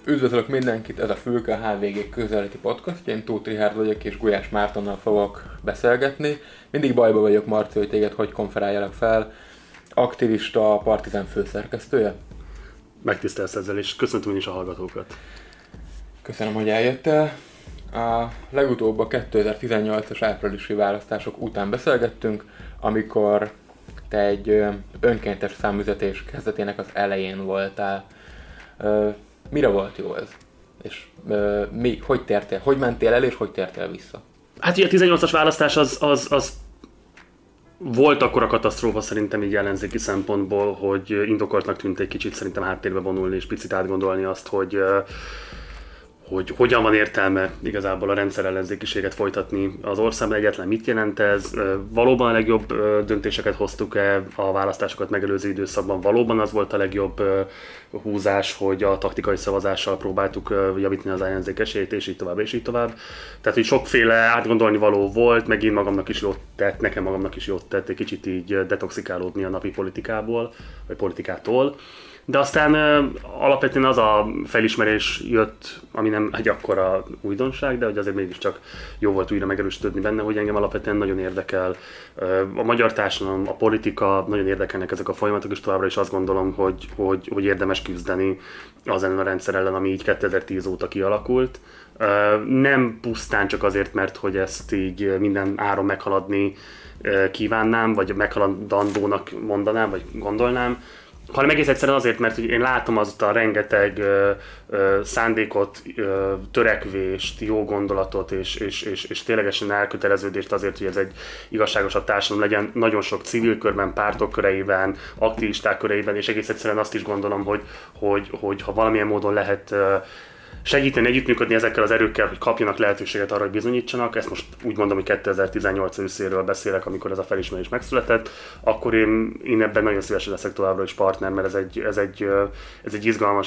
Üdvözlök mindenkit, ez a Fülke a HVG közeleti podcast. Én Tóth Richárd vagyok, és Gulyás Mártonnal fogok beszélgetni. Mindig bajba vagyok, Marci, hogy téged hogy konferáljalak fel. Aktivista, Partizán főszerkesztője. Megtisztelsz ezzel, és köszöntöm is a hallgatókat. Köszönöm, hogy eljöttél. A legutóbb a 2018-as áprilisi választások után beszélgettünk, amikor te egy önkéntes számüzetés kezdetének az elején voltál. Mire volt jó ez? És hogy tértél? Hogy mentél el, és hogy tértél vissza? Hát ugye a 18-as választás az volt akkora katasztrófa szerintem így ellenzéki szempontból, hogy indokoltnak tűnt egy kicsit szerintem háttérbe vonulni, és picit átgondolni azt, hogy hogyan van értelme igazából a rendszer ellenzékiséget folytatni az országban, egyetlen mit jelent ez, valóban a legjobb döntéseket hoztuk-e a választásokat megelőző időszakban, valóban az volt a legjobb húzás, hogy a taktikai szavazással próbáltuk javítani az ellenzék esélyét, és így tovább, és így tovább. Tehát, hogy sokféle átgondolni való volt, meg én magamnak is jót tett, nekem magamnak is jót tett egy kicsit így detoxikálódni a napi politikából, vagy politikától. De aztán alapvetően az a felismerés jött, ami nem egy akkora újdonság, de hogy azért mégiscsak jó volt újra megerősödni benne, hogy engem alapvetően nagyon érdekel a magyar társadalom, a politika, nagyon érdekelnek ezek a folyamatok, és továbbra is azt gondolom, hogy érdemes küzdeni az ellen a rendszer ellen, ami így 2010 óta kialakult. Nem pusztán csak azért, mert hogy ezt így minden áron meghaladni kívánnám, vagy meghaladandónak mondanám, vagy gondolnám, hanem egész egyszerűen azért, mert én látom azt a rengeteg szándékot, törekvést, jó gondolatot és ténylegesen elköteleződést azért, hogy ez egy igazságosabb társadalom legyen, nagyon sok civil körben, pártok köreiben, aktivisták köreiben, és egész egyszerűen azt is gondolom, hogy ha valamilyen módon lehet segíteni, együttműködni ezekkel az erőkkel, hogy kapjanak lehetőséget arra, hogy bizonyítsanak. Ezt most úgy mondom, hogy 2018 őszéről beszélek, amikor ez a felismerés megszületett, akkor én ebben nagyon szívesen leszek továbbra is partner, mert ez egy izgalmas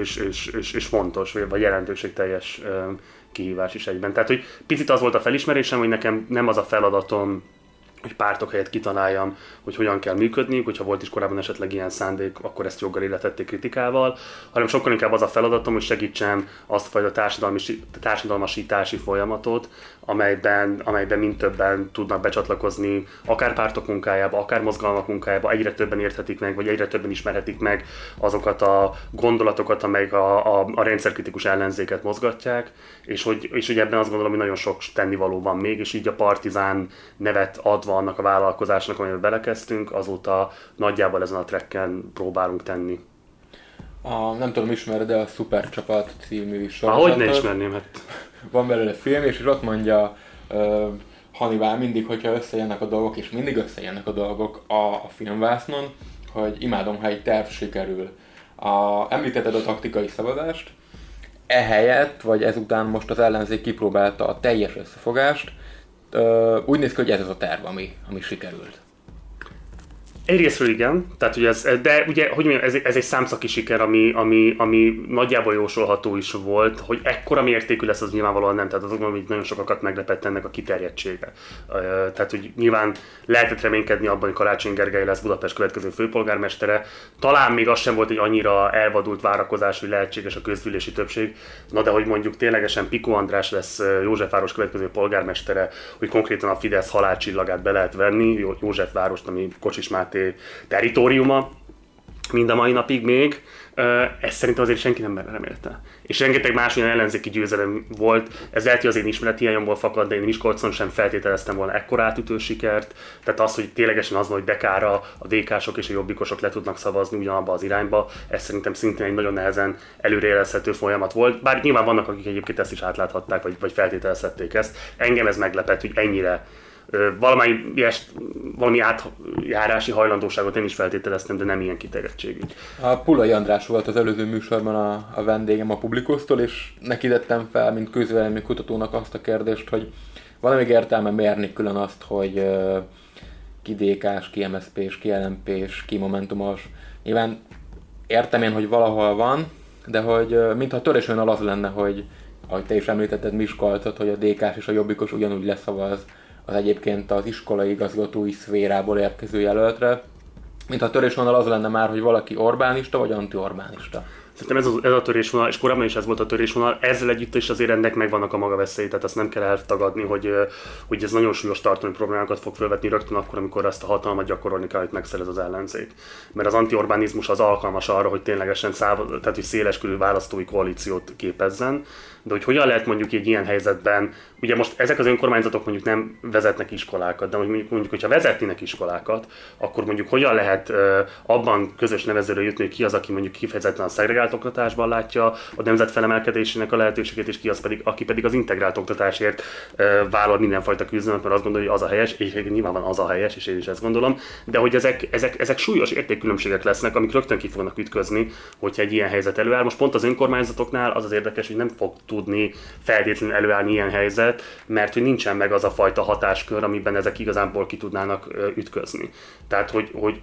és fontos, vagy jelentőségteljes kihívás is egyben. Tehát, hogy picit az volt a felismerésem, hogy nekem nem az a feladatom, hogy pártok helyett kitaláljam, hogy hogyan kell működni, hogyha volt is korábban esetleg ilyen szándék, akkor ezt joggal illetették kritikával, hanem sokkal inkább az a feladatom, hogy segítsem azt a fajta társadalmasítási folyamatot, amelyben mind többen tudnak becsatlakozni, akár pártok munkájába, akár mozgalmak munkájába, egyre többen érthetik meg, vagy egyre többen ismerhetik meg azokat a gondolatokat, amelyek a rendszerkritikus ellenzéket mozgatják, és hogy ebben azt gondolom, hogy nagyon sok tennivaló van még, és így a Partizán nevet adva annak a vállalkozásnak, amiben belekezdtünk, azóta nagyjából ezen a trekken próbálunk tenni. Nem tudom, ismered, de a Szupercsapat című sorozatot. Ahogy ne ismerném, hát. Van belőle film, és ott mondja Hannibal mindig, hogyha összejönnek a dolgok, és mindig összejönnek a dolgok a filmvásznon, hogy imádom, ha egy terv sikerül. Említetted a taktikai szavazást, ehelyett, vagy ezután most az ellenzék kipróbálta a teljes összefogást. Úgy néz ki, hogy ez az a terv, ami sikerült. Egyrésztről igen, tehát ugye de ugye, hogy mondjam, ez egy számszaki siker, ami nagyjából jósolható is volt, hogy ekkora mértékű lesz, az nyilvánvalóan nem, tehát azt gondolom, hogy nagyon sokakat meglepett ennek a kiterjedtsége. Tehát, hogy nyilván lehetett reménykedni abban, hogy Karácsony Gergely lesz Budapest következő főpolgármestere, talán még az sem volt egy annyira elvadult várakozás, hogy lehetséges a közgyűlési többség, na de hogy mondjuk ténylegesen Piko András lesz Józsefváros következő polgármestere, hogy konkrétan a Fidesz halálcsillagát be lehet venni, Józsefvárost, ami Kocsis Máté territóriuma, mind a mai napig még, ezt szerintem azért senki nem remélte. És rengeteg más olyan ellenzéki győzelem volt, ez lehet, hogy az én ismerethiányomból fakad, de én Miskolcon sem feltételeztem volna ekkora átütő sikert, tehát az, hogy ténylegesen az, hogy Bekára a DK-sok és a jobbikosok le tudnak szavazni ugyanabba az irányba, ez szerintem szintén egy nagyon nehezen előrejelezhető folyamat volt, bár nyilván vannak, akik egyébként ezt is átláthatták, vagy feltételezhették ezt. Engem ez meglepett, hogy ennyire valami átjárási hajlandóságot én is feltételeztem, de nem ilyen kiterjedtségű. A Pulai András volt az előző műsorban a vendégem a Publikusztól, és neki tettem fel, mint közvélemény kutatónak azt a kérdést, hogy valami értelme mérni külön azt, hogy ki DK-s, ki MSZP-s, ki LMP-s, ki Momentumos. Nyilván értem én, hogy valahol van, de hogy mintha törésvonal az lenne, hogy ahogy te is említetted Miskolcot, hogy a DK-s és a jobbikos ugyanúgy leszavaz az egyébként az iskolai igazgatói szférából érkező jelöltre, mint a törésvonal az lenne már, hogy valaki Orbánista vagy anti-Orbánista. Szerintem ez a törésvonal, és korábban is ez volt a törésvonal, ezzel együtt is azért ennek megvannak a maga veszély, tehát azt nem kell eltagadni, hogy ez nagyon súlyos tartalmi problémákat fog felvetni rögtön akkor, amikor ezt a hatalmat gyakorolni kell, hogy megszerez az ellenzék. Mert az anti-orbánizmus az alkalmas arra, hogy ténylegesen tehát hogy széleskörű választói koalíciót képezzen, de hogy hogyan lehet mondjuk egy ilyen helyzetben, ugye most ezek az önkormányzatok mondjuk nem vezetnek iskolákat, de mondjuk hogyha vezetnének iskolákat, akkor mondjuk hogyan lehet abban közös nevezőre jutni, hogy ki az, aki mondjuk kifejezetten a szegregált oktatásban látja a nemzet felemelkedésének a lehetőségét, és ki az pedig, aki pedig az integrált oktatásért vállal mindenfajta küzdelmet, mert azt gondolja, hogy az a helyes, és nyilván az a helyes, és én is ezt gondolom, de hogy ezek súlyos értékkülönbségek lesznek, amik rögtön ki fognak ütközni, hogyha egy ilyen helyzet előáll. Most pont az önkormányzatoknál az érdekes, hogy nem fog tudni feltétlenül előállni ilyen helyzet, mert hogy nincsen meg az a fajta hatáskör, amiben ezek igazából ki tudnának ütközni. Tehát,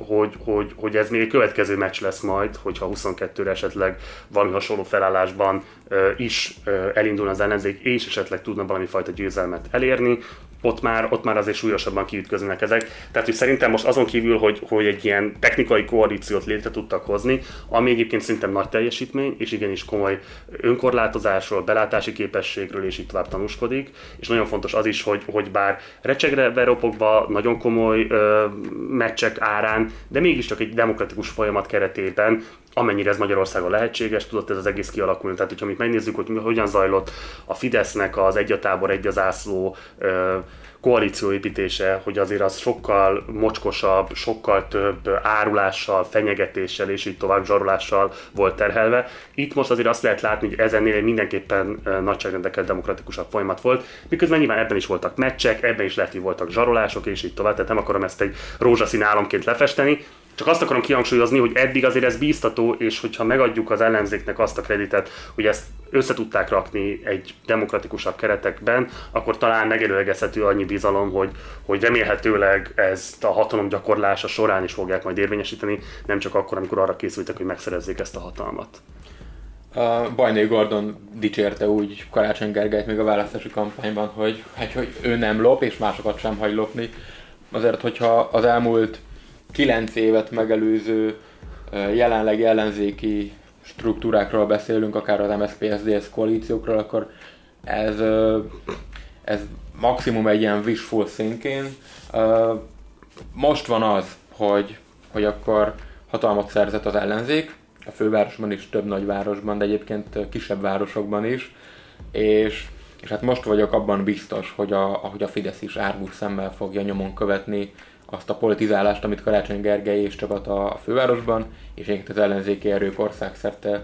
hogy ez még egy következő meccs lesz majd, hogyha 22-re esetleg valami hasonló felállásban is elindul az ellenzék, és esetleg tudna valami fajta győzelmet elérni, ott már azért súlyosabban kiütköznek ezek. Tehát, hogy szerintem most azon kívül, hogy egy ilyen technikai koalíciót létre tudtak hozni, ami egyébként szerintem nagy teljesítmény, és igenis komoly önkorlátozásról, belátási képességről, és így tovább tanúskodik. És nagyon fontos az is, hogy bár recsegre beropogva, nagyon komoly meccsek árán, de mégiscsak egy demokratikus folyamat keretében, amennyire ez Magyarországon lehetséges, tudott ez az egész kialakulni. Tehát, hogyha megnézzük, hogy hogyan zajlott a Fidesznek az egy a tábor, egy az ászló koalícióépítése, hogy azért az sokkal mocskosabb, sokkal több árulással, fenyegetéssel és így tovább zsarolással volt terhelve. Itt most azért azt lehet látni, hogy ezennél mindenképpen nagyságrendekkel demokratikusabb folyamat volt, miközben nyilván ebben is voltak meccsek, ebben is lehet, hogy voltak zsarolások és így tovább, tehát nem akarom ezt egy rózsaszín álomként lefesteni, csak azt akarom kihangsúlyozni, hogy eddig azért ez bíztató, és hogyha megadjuk az ellenzéknek azt a kreditet, hogy ezt össze tudták rakni egy demokratikusabb keretekben, akkor talán megelőlegezhető annyi bizalom, hogy remélhetőleg ezt a hatalomgyakorlása során is fogják majd érvényesíteni, nem csak akkor, amikor arra készültek, hogy megszerezzék ezt a hatalmat. Bajnai Gordon dicsérte úgy Karácsony Gergelyt még a választási kampányban, hogy ő nem lop, és másokat sem hagy lopni. Azért, hogyha az elmúlt 9 évet megelőző jelenlegi ellenzéki struktúrákról beszélünk, akár az MSZP-SZDSZ koalíciókról, akkor ez maximum egy ilyen wishful thinking. Most van az, hogy akkor hatalmat szerzett az ellenzék, a fővárosban is, több nagyvárosban, de egyébként kisebb városokban is, és hát most vagyok abban biztos, hogy ahogy a Fidesz is árgus szemmel fogja nyomon követni azt a politizálást, amit Karácsony Gergely és csapata a fővárosban, és egyébként az ellenzéki erők országszerte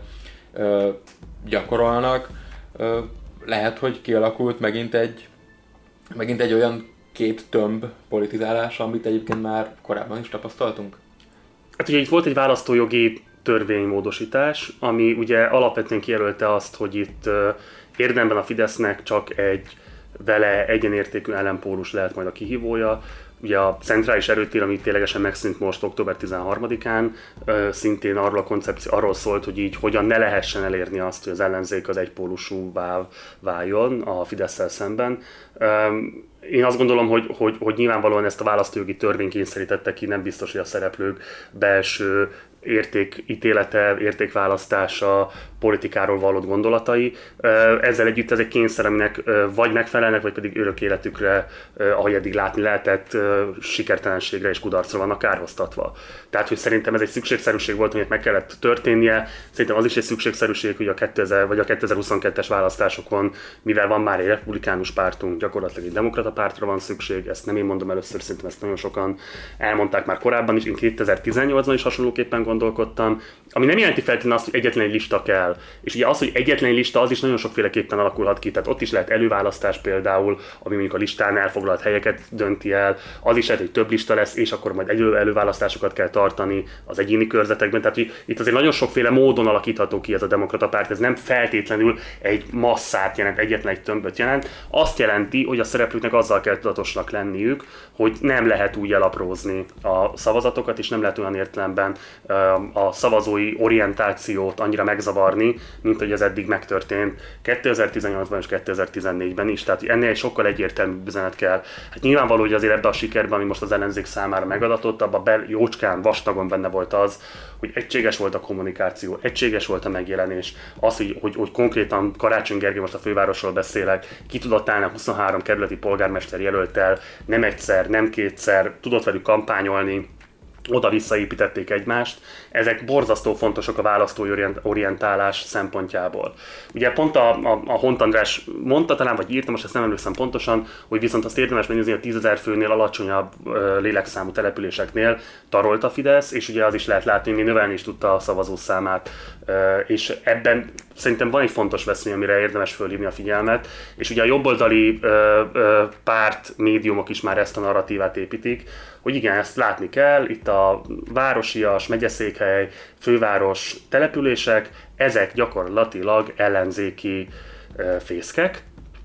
gyakorolnak. Lehet, hogy kialakult megint egy olyan két tömb politizálás, amit egyébként már korábban is tapasztaltunk? Hát ugye itt volt egy választójogi törvénymódosítás, ami ugye alapvetően kijelölte azt, hogy itt érdemben a Fidesznek csak egy vele egyenértékű ellenpólus lehet majd a kihívója. Ugye a centrális erőtér, ami ténylegesen megszűnt most október 13-án, szintén arról szólt, hogy így hogyan ne lehessen elérni azt, hogy az ellenzék az egypólusúvá váljon a Fidesszel szemben. Én azt gondolom, hogy nyilvánvalóan ezt a választójogi törvény kényszerítette ki, nem biztos, hogy a szereplők belső értékítélete, értékválasztása, politikáról vallott gondolatai. Ezzel együtt ez egy kényszer, aminek vagy megfelelnek, vagy pedig örök életükre, ahogy eddig látni lehetett, sikertelenségre és kudarcra vannak kárhoztatva. Tehát, hogy szerintem ez egy szükségszerűség volt, aminek meg kellett történnie. Szerintem az is egy szükségszerűség, hogy a 2022-es választásokon, mivel van már egy republikánus pártunk, gyakorlatilag egy demokrata pártra van szükség. Ezt nem én mondom először, szerintem ezt nagyon sokan elmondták már korábban is. Én 2018-ban is hasonlóképpen gondolkodtam, ami nem jelenti feltétlenül azt, hogy egyetlen egy lista kell. És ugye az, hogy egyetlen egy lista, az is nagyon sokféleképpen alakulhat ki. Tehát ott is lehet előválasztás például, ami mondjuk a listán elfoglalt helyeket dönti el, az is lehet, hogy több lista lesz, és akkor majd előválasztásokat kell tartani az egyéni körzetekben. Tehát itt azért nagyon sokféle módon alakítható ki ez a demokrata párt, ez nem feltétlenül egy masszát jelent, egyetlen egy tömböt jelent. Azt jelenti, hogy a szereplőknek azzal kell tudatosnak lenniük, hogy nem lehet úgy elaprózni a szavazatokat, és nem lehet olyan értelemben a szavazói orientációt annyira megzavarni, mint hogy ez eddig megtörtént 2018-ban és 2014-ben is. Tehát ennél egy sokkal egyértelműbb üzenet kell. Hát nyilvánvaló, hogy azért ebbe a sikerben, ami most az ellenzék számára megadatott, abban jócskán, vastagon benne volt az, hogy egységes volt a kommunikáció, egységes volt a megjelenés, az, hogy konkrétan Karácsony Gergely, most a fővárosról beszélek, ki tudott állni a 23 kerületi polgármester jelölttel, nem egyszer, nem kétszer, tudott velük kampányolni, oda-vissza építették egymást. Ezek borzasztó fontosak a választói orientálás szempontjából. Ugye pont a Hont András mondta talán, vagy írta, most ezt nem emlékszem pontosan, hogy viszont azt érdemes megnézni, hogy a 10 000 főnél alacsonyabb lélekszámú településeknél tarolt a Fidesz, és ugye az is lehet látni, hogy még növelni is tudta a szavazószámát. És ebben szerintem van egy fontos veszély, amire érdemes fölhívni a figyelmet, és ugye a jobboldali párt médiumok is már ezt a narratívát építik, hogy igen, ezt látni kell, itt a városias, megyeszékhely, főváros települések, ezek gyakorlatilag ellenzéki fészkek,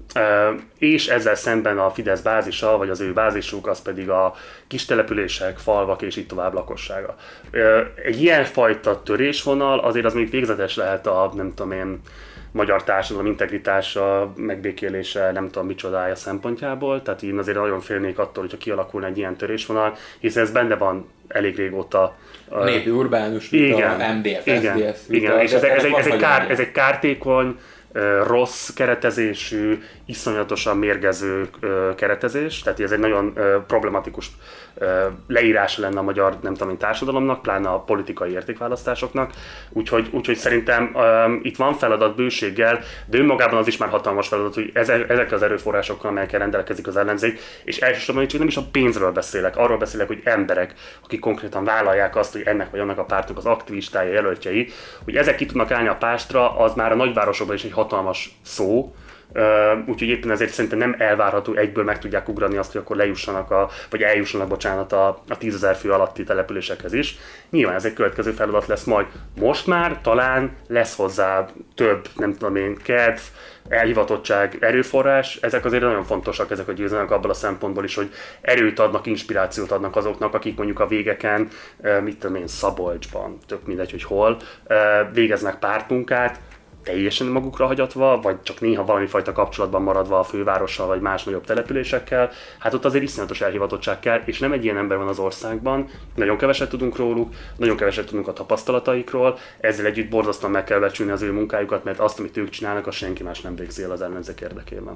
és ezzel szemben a Fidesz bázisa, vagy az ő bázisuk, az pedig a kis települések, falvak és így tovább lakossága. Egy ilyenfajta törésvonal azért az még végzetes lehet a, nem tudom én, magyar társadalom integritása, megbékélése, nem tudom micsodája szempontjából, tehát én azért nagyon félnék attól, hogyha kialakulna egy ilyen törésvonal, hiszen ez benne van elég régóta. A népi urbánus vita, MDF, SDS vita. És ez egy kártékony, rossz keretezésű, iszonyatosan mérgező keretezés, tehát ez egy nagyon problematikus leírása lenne a magyar, nem tudom, társadalomnak, pláne a politikai értékválasztásoknak, úgyhogy szerintem itt van feladat bőséggel, de önmagában az is már hatalmas feladat, hogy ezekkel az erőforrásokkal, amelyekkel rendelkezik az ellenzék, és elsősorban nem is a pénzről beszélek, arról beszélek, hogy emberek, akik konkrétan vállalják azt, hogy ennek vagy annak a pártnak az aktivistája, jelöltjei, hogy ezek ki tudnak állni a pástra, az már a nagyvárosokban is egy hatalmas szó, úgyhogy éppen ezért szerintem nem elvárható, egyből meg tudják ugrani azt, hogy akkor vagy eljussanak a 10 000 fő alatti településekhez is. Nyilván ez egy következő feladat lesz majd. Most már talán lesz hozzá több, nem tudom én, kedv, elhivatottság, erőforrás, ezek azért nagyon fontosak, ezek a győzelmek abban a szempontból is, hogy erőt adnak, inspirációt adnak azoknak, akik mondjuk a végeken, mit tudom én, Szabolcsban, tök mindegy, hogy hol, végeznek pártmunkát, teljesen magukra hagyatva, vagy csak néha valami fajta kapcsolatban maradva a fővárossal, vagy más nagyobb településekkel, hát ott azért iszonyatos elhivatottság kell, és nem egy ilyen ember van az országban, nagyon keveset tudunk róluk, nagyon keveset tudunk a tapasztalataikról, ezzel együtt borzasztóan meg kell becsülni az ő munkájukat, mert azt, amit ők csinálnak, azt senki más nem végzi el az ellenzék érdekében.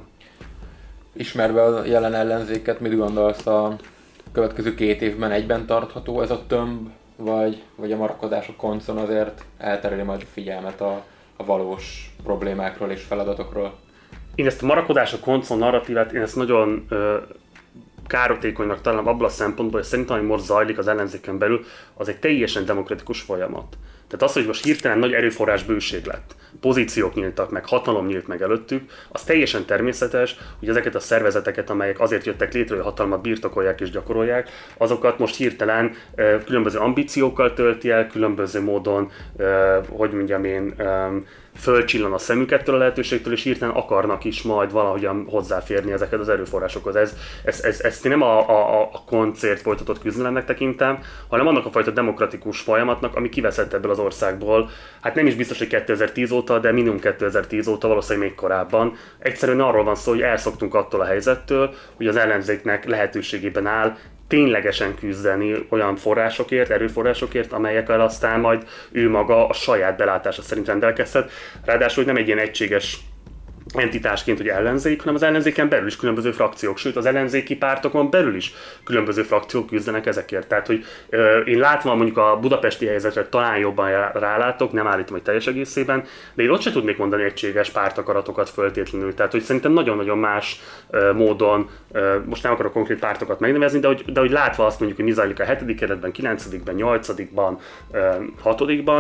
Ismerve a jelen ellenzéket, mit gondolsz, a következő 2 évben egyben tartható ez a tömb, vagy a marakodások koncon azért eltereli majd a figyelmet a valós problémákról és feladatokról? Én ezt a marakodás, a koncon narratívát, én ezt nagyon károtékonynak találom abban a szempontból, hogy szerintem, hogy most zajlik az ellenzéken belül, az egy teljesen demokratikus folyamat. Tehát az, hogy most hirtelen nagy erőforrás bőség lett, pozíciók nyíltak meg, hatalom nyílt meg előttük, az teljesen természetes, hogy ezeket a szervezeteket, amelyek azért jöttek létre, hogy a hatalmat birtokolják és gyakorolják, azokat most hirtelen különböző ambíciókkal tölti el, különböző módon, hogy mondjam én, fölcsillan a szemük ettől a lehetőségtől, és hirtelen akarnak is majd valahogyan hozzáférni ezeket az erőforrásokhoz. Ezt én nem a koncert folytatott küzdelemnek tekintem, hanem annak a fajta demokratikus folyamatnak, ami kiveszett ebből az országból. Hát nem is biztos, hogy 2010 óta, de minimum 2010 óta, valószínűleg még korábban. Egyszerűen arról van szó, hogy elszoktunk attól a helyzettől, hogy az ellenzéknek lehetőségében áll ténylegesen küzdeni olyan forrásokért, erőforrásokért, amelyekkel aztán majd ő maga a saját belátása szerint rendelkezhet. Ráadásul nem egy ilyen egységes entitásként, hogy ellenzék, hanem az ellenzéken belül is különböző frakciók, sőt az ellenzéki pártokon belül is különböző frakciók küzdenek ezekért. Tehát, hogy én látva mondjuk a budapesti helyzetre talán jobban rálátok, nem állítom, hogy teljes egészében, de én ott sem tudnék mondani egységes pártakaratokat föltétlenül. Tehát, hogy szerintem nagyon-nagyon más módon, most nem akarok konkrét pártokat megnevezni, de hogy látva azt mondjuk, hogy mi zajlik a 7. keretben, 9-ben, 8-ban, 6-ban,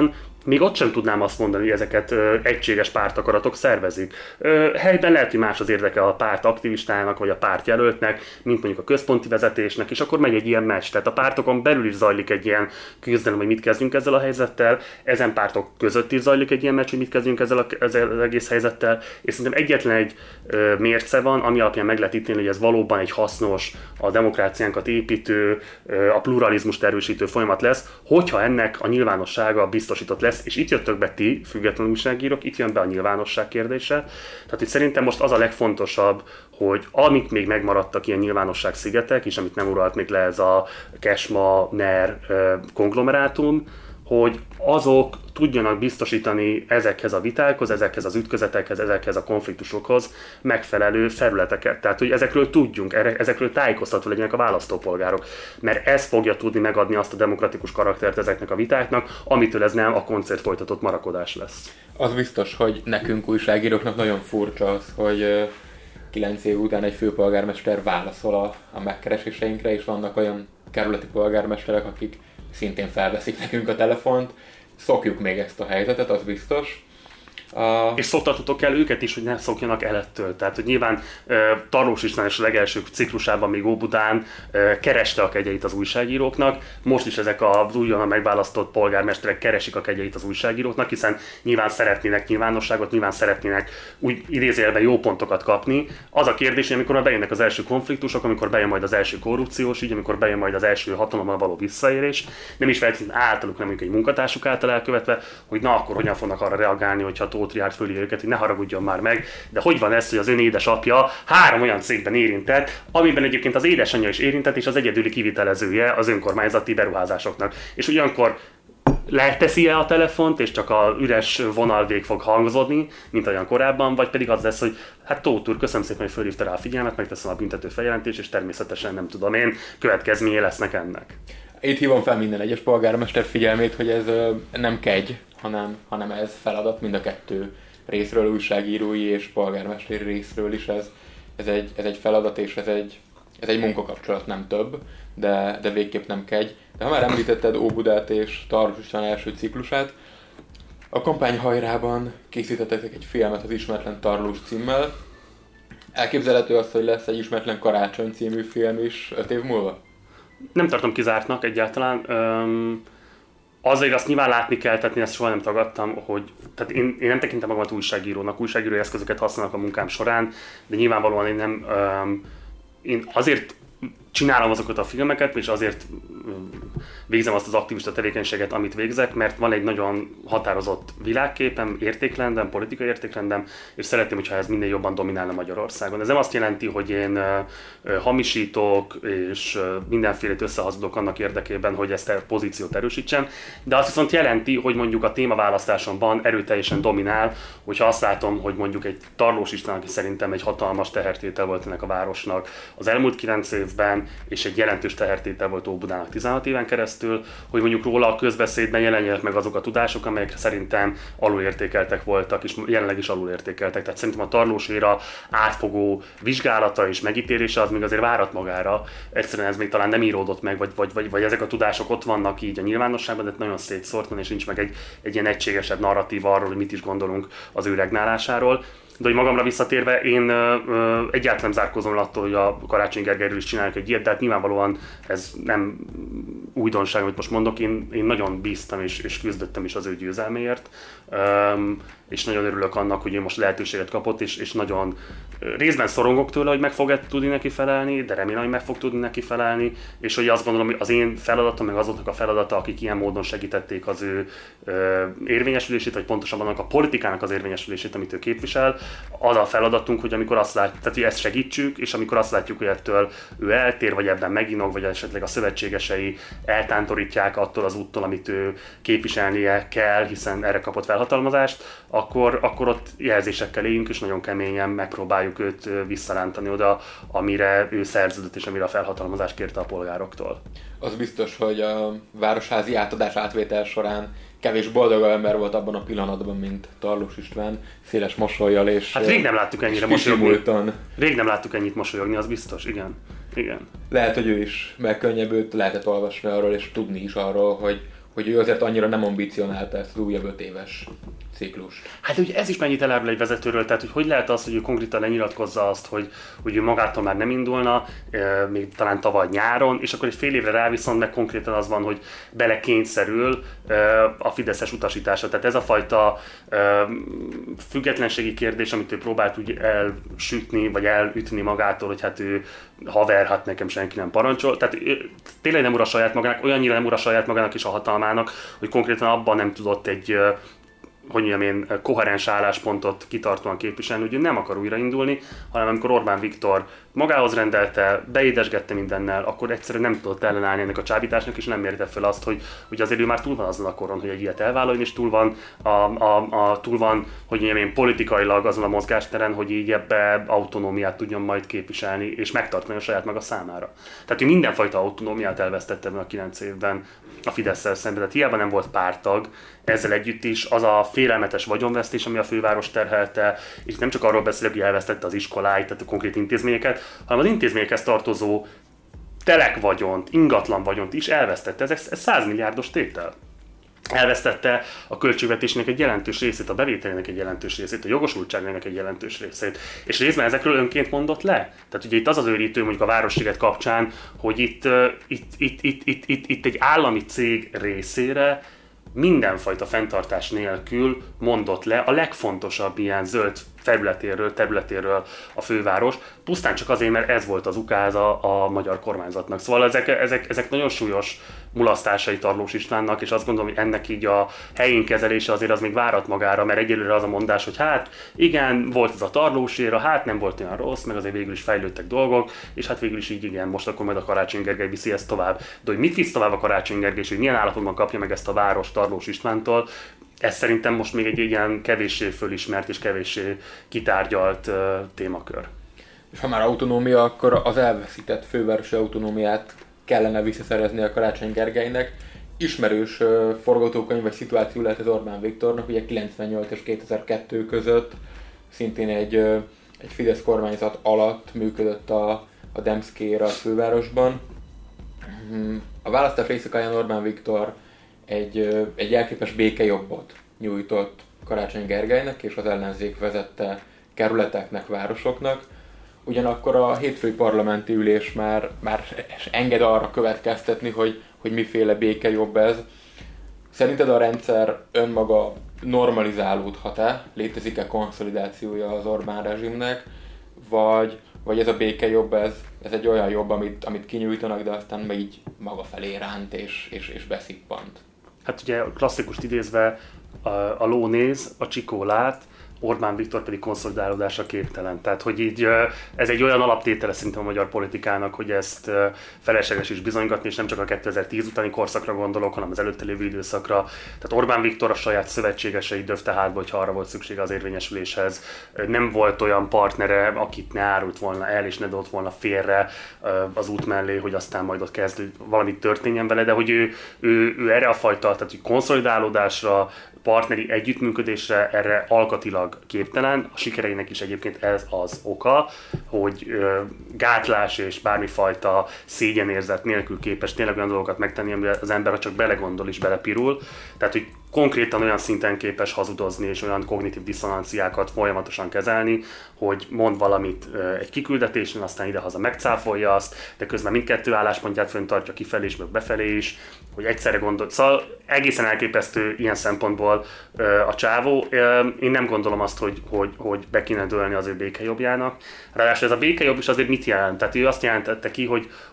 még ott sem tudnám azt mondani, hogy ezeket egységes pártakaratok szervezik. Helyben lehet, hogy más az érdeke a párt aktivistának, vagy a pártjelöltnek, mint mondjuk a központi vezetésnek, és akkor megy egy ilyen meccs. Tehát a pártokon belül is zajlik egy ilyen küzdelem, hogy mit kezdjünk ezzel a helyzettel, ezen pártok között is zajlik egy ilyen meccs, hogy mit kezdjünk ezzel az egész helyzettel, és szerintem egyetlen egy mérce van, ami alapján meg lehet ítélni, hogy ez valóban egy hasznos, a demokráciánkat építő, a pluralizmust erősítő folyamat lesz, hogyha ennek a nyilvánossága biztosított lesz, és itt jöttök be ti, független újságírók, itt jön be a nyilvánosság kérdése. Tehát itt szerintem most az a legfontosabb, hogy amik még megmaradtak ilyen nyilvánosság szigetek, és amit nem uralt még le ez a Kesma, NER konglomerátum, hogy azok tudjanak biztosítani ezekhez a vitákhoz, ezekhez az ütközetekhez, ezekhez a konfliktusokhoz megfelelő felületeket. Tehát, hogy ezekről tudjunk, ezekről tájékoztatva legyenek a választópolgárok. Mert ez fogja tudni megadni azt a demokratikus karaktert ezeknek a vitáknak, amitől ez nem a koncert folytatott marakodás lesz. Az biztos, hogy nekünk újságíróknak nagyon furcsa az, hogy 9 év után egy főpolgármester válaszol a megkereséseinkre, és vannak olyan kerületi polgármesterek, akik szintén felveszik nekünk a telefont. Szokjuk még ezt a helyzetet, az biztos. És szoktatok el őket is, hogy ne szokjanak el ettől. Tehát, hogy nyilván Tarlós István is a legelső ciklusában még Óbudán kereste a kegyeit az újságíróknak. Most is ezek az újonnan megválasztott polgármesterek keresik a kegyeit az újságíróknak, hiszen nyilván szeretnének nyilvánosságot, nyilván szeretnének úgy idézőjelben jó pontokat kapni. Az a kérdés, hogy amikor bejönnek az első konfliktusok, amikor bejön majd az első korrupciós ügy, amikor bejön majd az első hatalommal való visszaérés, nem is feltétlenül általuk, nem mondjuk egy munkatársuk által elkövetve, hogy na akkor hogyan fognak arra reagálni, hogyha Tóth Richárd fölé őket, hogy ne haragudjon már meg, de hogy van ez, hogy az ön édesapja 3 olyan cégben érintett, amiben egyébként az édesanyja is érintett, és az egyedüli kivitelezője az önkormányzati beruházásoknak. És ugyanakkor leteszi-e a telefont, és csak a üres vonalvég fog hangzódni, mint olyan korábban, vagy pedig az lesz, hogy hát Tóth úr, köszönöm szépen, hogy fölhívta rá a figyelmet, megteszem a büntető feljelentést, és természetesen nem tudom én, következménye lesznek ennek. Itt hívom fel minden egyes polgármester figyelmét, hogy ez nem kegy, hanem ez feladat mind a kettő részről, újságírói és polgármesteri részről is ez egy feladat, és ez egy munkakapcsolat, nem több, de végképp nem kegy. De ha már említetted Óbudát és Tarlós István első ciklusát, a kampány hajrában készítettek egy filmet az Ismeretlen Tarlós címmel. Elképzelhető az, hogy lesz egy Ismeretlen Karácsony című film is 5 év múlva? Nem tartom kizártnak egyáltalán. Azért azt nyilván látni kell, tehát én ezt soha nem tagadtam, hogy tehát én nem tekintem magamat újságírónak, újságírói eszközöket használok a munkám során, de nyilvánvalóan én azért csinálom azokat a filmeket, és azért végzem azt az aktivista tevékenységet, amit végzek, mert van egy nagyon határozott világképem, értékrendem, politikai értékrendem, és szeretném, hogyha ez minél jobban dominálna Magyarországon. Ez nem azt jelenti, hogy én hamisítok, és mindenfélét összehazudok annak érdekében, hogy ezt a pozíciót erősítsem, de azt viszont jelenti, hogy mondjuk a témaválasztásomban erőteljesen dominál, hogyha azt látom, hogy mondjuk egy Tarlós István, aki szerintem egy hatalmas tehertétel volt ennek a városnak az elmúlt 9 évben, és egy jelentős tehertétel volt Óbudának 16 éven keresztül, hogy mondjuk róla a közbeszédben jelenjenek meg azok a tudások, amelyek szerintem alulértékeltek voltak, és jelenleg is alulértékeltek. Tehát szerintem a Tarlóséra átfogó vizsgálata és megítélése az még azért várat magára. Egyszerűen ez még talán nem íródott meg, vagy ezek a tudások ott vannak így a nyilvánosságban, de nagyon szétszórtan, és nincs meg egy ilyen egységesebb narratíva arról, hogy mit is gondolunk az ő regnálásáról. De hogy magamra visszatérve, én egyáltalán nem zárkózom attól, hogy a Karácsony Gergelyről is csinálják egy ilyet, de hát nyilvánvalóan ez nem újdonság, amit most mondok. Én nagyon bíztam és küzdöttem is az ő győzelméért, és nagyon örülök annak, hogy ő most lehetőséget kapott, és nagyon részben szorongok tőle, hogy meg fog tudni neki felelni, de remélem, hogy meg fog tudni neki felelni, és hogy azt gondolom, hogy az én feladatom, meg azoknak a feladata, akik ilyen módon segítették az ő érvényesülését, vagy pontosabban annak a politikának az érvényesülését, amit ő képvisel, az a feladatunk, hogy amikor azt látjuk, tehát hogy ezt segítsük, és amikor azt látjuk, hogy ettől ő eltér, vagy ebben meginog, vagy esetleg a szövetségesei eltántorítják attól az úttól, amit ő képviselnie kell, hiszen erre kapott felhatalmazást, akkor ott jelzésekkel éljünk, és nagyon keményen megpróbáljuk őt visszarántani oda, amire ő szerződött, és amire a felhatalmazást kérte a polgároktól. Az biztos, hogy a városházi átvétel során kevés boldogabb ember volt abban a pillanatban, mint Tarlós István, széles mosollyal és... Hát rég nem láttuk ennyire mosolyogni. Rég nem láttuk ennyit mosolyogni, az biztos, igen. Lehet, hogy ő is megkönnyebbült, lehetett olvasni arról és tudni is arról, hogy hogy ő azért annyira nem ambicionálta ezt az újabb 5 éves ciklust. Hát ugye ez is mennyit elárul egy vezetőről, tehát hogy lehet az, hogy ő konkrétan lenyilatkozza azt, hogy ő magától már nem indulna, még talán tavaly nyáron, és akkor egy fél évre rá viszont meg konkrétan az van, hogy belekényszerül a fideszes utasítása. Tehát ez a fajta függetlenségi kérdés, amit ő próbált úgy elsütni, vagy elütni magától, hogy hát ő haver, hát nekem senki nem parancsol. Tehát tényleg nem ura saját magának, olyannyira nem ura saját magának is a hatalmának, hogy konkrétan abban nem tudott egy hogy mondjam én, koherens álláspontot kitartóan képviselni, hogy ő nem akar újraindulni, hanem amikor Orbán Viktor magához rendelte, beédesgette mindennel, akkor egyszerűen nem tudott ellenállni ennek a csábításnak, és nem mérte fel azt, hogy azért ő már túl van azon a koron, hogy egy ilyet elvállaljon, és túl van, túl van, hogy mondjam én, politikailag azon a mozgásteren, hogy így ebbe autonómiát tudjon majd képviselni, és megtartani a saját maga számára. Tehát ő mindenfajta autonómiát elvesztette ebben a 9 évben a Fidesszel szemben, tehát hiába nem volt párttag, ezzel együtt is az a félelmetes vagyonvesztés, ami a főváros terhelte, és nem csak arról beszélek, hogy elvesztette az iskoláit, tehát a konkrét intézményeket, hanem az intézményekhez tartozó telekvagyont, ingatlan vagyont is elvesztette. Ez 100 milliárdos tétel. Elvesztette a költségvetésnek egy jelentős részét, a bevételének egy jelentős részét, a jogosultságnak egy jelentős részét. És részben ezekről önként mondott le. Tehát ugye itt az az őrítő mondjuk a Városliget kapcsán, hogy itt egy állami cég részére mindenfajta fenntartás nélkül mondott le a legfontosabb ilyen zöld területéről a főváros, pusztán csak azért, mert ez volt az ukáza a magyar kormányzatnak. Szóval ezek nagyon súlyos mulasztásai Tarlós Istvánnak, és azt gondolom, hogy ennek így a helyén kezelése azért az még várat magára, mert egyelőre az a mondás, hogy hát igen, volt ez a Tarlóséra, hát nem volt olyan rossz, meg azért végül is fejlődtek dolgok, és hát végül is így igen, most akkor majd a Karácsony Gergely viszi ezt tovább. De hogy mit visz tovább a Karácsony Gergely, és hogy milyen állapotban kapja meg ezt a város Tarlós Istvántól, ez szerintem most még egy ilyen kevéssé fölismert és kevéssé kitárgyalt témakör. És ha már autonómia, akkor az elveszített fővárosi autonómiát kellene visszaszerezni a Karácsony Gergelynek. Ismerős forgatókönyv vagy szituáció lehet az Orbán Viktornak, ugye 98 és 2002 között szintén egy Fidesz kormányzat alatt működött a Demszki-éra a fővárosban. A választás éjszakáján Orbán Viktor egy jelképes békejobbot nyújtott Karácsony Gergelynek és az ellenzék vezette kerületeknek, városoknak. Ugyanakkor a hétfői parlamenti ülés már enged arra következtetni, hogy miféle békejobb ez. Szerinted a rendszer önmaga normalizálódhat-e? Létezik-e konszolidációja az Orbán rezsimnek? Vagy ez a békejobb, ez egy olyan jobb, amit kinyújtanak, de aztán meg így maga felé ránt és beszippant? Hát ugye klasszikust idézve a ló néz, a csikó lát, Orbán Viktor pedig konszolidálódásra képtelen. Tehát, hogy így ez egy olyan alaptétele szerintem a magyar politikának, hogy ezt felesleges is bizonygatni, és nem csak a 2010 utáni korszakra gondolok, hanem az előtte lévő időszakra. Tehát Orbán Viktor a saját szövetségeseit döfte hátba, hogyha arra volt szüksége az érvényesüléshez. Nem volt olyan partnere, akit ne árult volna el, és ne dobott volna félre az út mellé, hogy aztán majd ott kezd valamit történjen vele, de hogy ő erre a fajta, tehát hogy konszolidálódásra, partneri együttműködésre erre alkatilag képtelen. A sikereinek is egyébként ez az oka, hogy gátlás és bármifajta szégyenérzet nélkül képes tényleg olyan dolgokat megtenni, amire az ember, ha csak belegondol is belepirul. Tehát, hogy konkrétan olyan szinten képes hazudozni és olyan kognitív diszonanciákat folyamatosan kezelni, hogy mond valamit egy kiküldetésen, aztán idehaza megcáfolja azt, de közben mindkettő álláspontját fenntartja kifelé is, meg befelé is, hogy egyszerre gondol. Szóval egészen elképesztő ilyen szempontból a csávó. Én nem gondolom azt, hogy be kéne dőlni az ő békejobbjának. Ráadásul ez a békejobb is azért mit jelent? Tehát ő azt jelentette ki,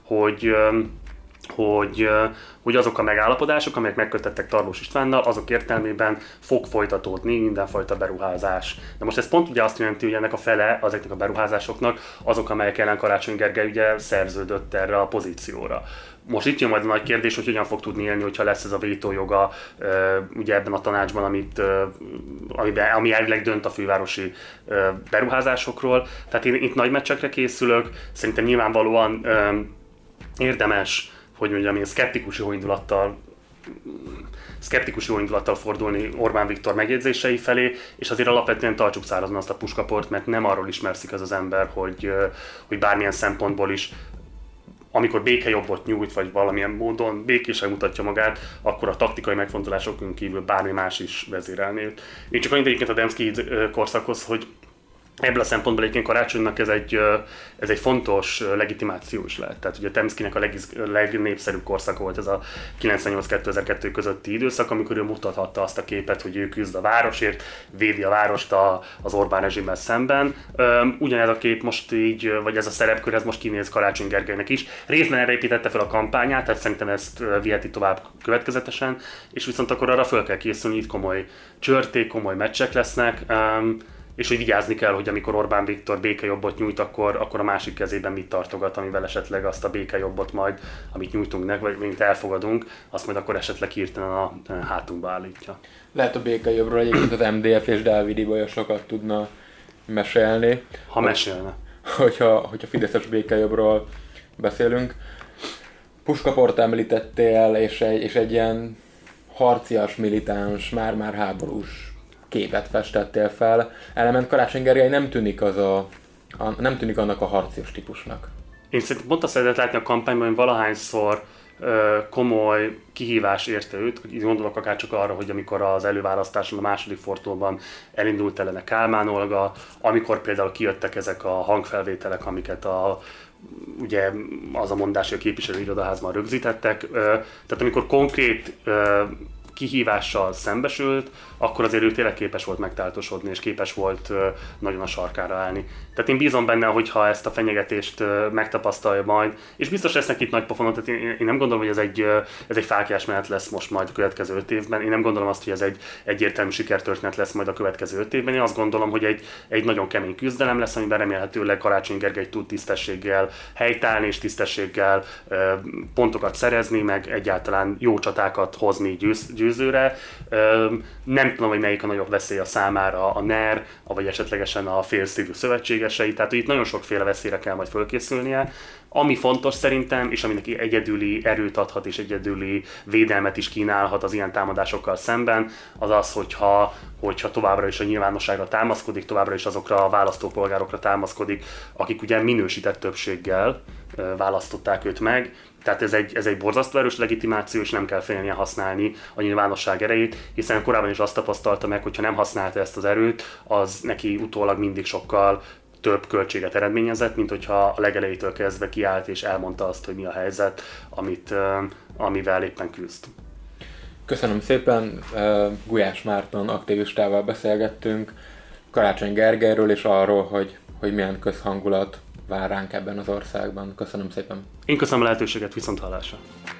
hogy azok a megállapodások, amelyek megkötettek Tarlós Istvánnal, azok értelmében fog folytatódni mindenfajta beruházás. De most ez pont ugye azt jelenti, hogy ennek a fele ezeknek a beruházásoknak azok, amelyek ellen Karácsony Gergely ugye szerződött erre a pozícióra. Most itt jön majd a nagy kérdés, hogy hogyan fog tudni élni, hogyha lesz ez a vétójoga ugye ebben a tanácsban, ami elvileg dönt a fővárosi beruházásokról. Tehát én itt nagy meccsekre készülök, szerintem nyilvánvalóan érdemes, hogy mondjam, én szkeptikus jó indulattal fordulni Orbán Viktor megjegyzései felé, és azért alapvetően tartsuk szárazon azt a puskaport, mert nem arról ismerszik az ember, hogy bármilyen szempontból is amikor békejobbot nyújt, vagy valamilyen módon békésen mutatja magát, akkor a taktikai megfontolásokon kívül bármi más is vezérelni őt. Még csak annyit egyébként a Demszky korszakhoz, hogy ebből a szempontból egyébként Karácsonynak ez egy fontos legitimáció is lehet. Tehát ugye Demszkynek a legnépszerűbb korszaka volt ez a 98-2002 közötti időszak, amikor ő mutathatta azt a képet, hogy ő küzd a városért, védi a várost az Orbán rezsimmel szemben. Ugyanez a kép most így, vagy ez a szerepkör, ez most kinéz Karácsony Gergelynek is. Részben erre építette fel a kampányát, tehát szerintem ezt viheti tovább következetesen, és viszont akkor arra fel kell készülni, itt komoly csörték, komoly meccsek lesznek, és hogy vigyázni kell, hogy amikor Orbán Viktor békejobbot nyújt, akkor a másik kezében mit tartogat, amivel esetleg azt a békejobbot majd, amit nyújtunk neki, vagy mint elfogadunk, azt majd akkor esetleg hirtelen a hátunkba állítja. Lehet a békejobbról egyébként az MDF és Dávid Ibolya sokat tudna mesélni. Ha mesélne. Hogyha Fideszes békejobbról beszélünk. Puskaport említettél, és egy ilyen harcias, militáns, már háborús képet festettél fel. Element Karácsony Gergely nem tűnik annak a harcios típusnak. Én szerintem pont azt szeretett látni a kampányban, hogy valahányszor komoly kihívás érte őt. Így gondolok akár csak arra, hogy amikor az előválasztáson a második fordulóban elindult ellene Kálmán Olga, amikor például kijöttek ezek a hangfelvételek, amiket ugye az a mondás, hogy a képviselői irodaházban rögzítettek. Tehát amikor konkrét kihívással szembesült, akkor azért ő tényleg képes volt megtáltosodni, és képes volt nagyon a sarkára állni. Tehát én bízom benne, hogy ha ezt a fenyegetést megtapasztalja majd, és biztos lesznek itt nagy pofonok, tehát én nem gondolom, hogy ez egy fáklyás menet lesz most majd a következő 5 évben. Én nem gondolom azt, hogy ez egy egyértelmű sikertörténet lesz majd a következő 5 évben. Én azt gondolom, hogy egy nagyon kemény küzdelem lesz, amiben remélhetőleg Karácsony Gergely tud tisztességgel helytállni, és tisztességgel pontokat szerezni, meg egyáltalán jó csatákat hozni győzőre. Nem tudom, hogy melyik a nagyobb veszély a számára, a NER, vagy esetlegesen a félszívű szövetségesei, tehát itt nagyon sokféle veszélyre kell majd fölkészülnie. Ami fontos szerintem, és ami neki egyedüli erőt adhat, és egyedüli védelmet is kínálhat az ilyen támadásokkal szemben, az az, hogyha továbbra is a nyilvánosságra támaszkodik, továbbra is azokra a választópolgárokra támaszkodik, akik ugye minősített többséggel választották őt meg. Tehát ez egy borzasztó erős legitimáció, és nem kell félnie használni a nyilvánosság erejét, hiszen korábban is azt tapasztalta meg, hogy ha nem használta ezt az erőt, az neki utólag mindig sokkal több költséget eredményezett, mint hogyha a legelejétől kezdve kiállt és elmondta azt, hogy mi a helyzet, amivel éppen küzd. Köszönöm szépen, Gulyás Márton aktivistával beszélgettünk Karácsony Gergelyről és arról, hogy milyen közhangulat vár ránk ebben az országban. Köszönöm szépen. Én köszönöm a lehetőséget, viszonthallásra.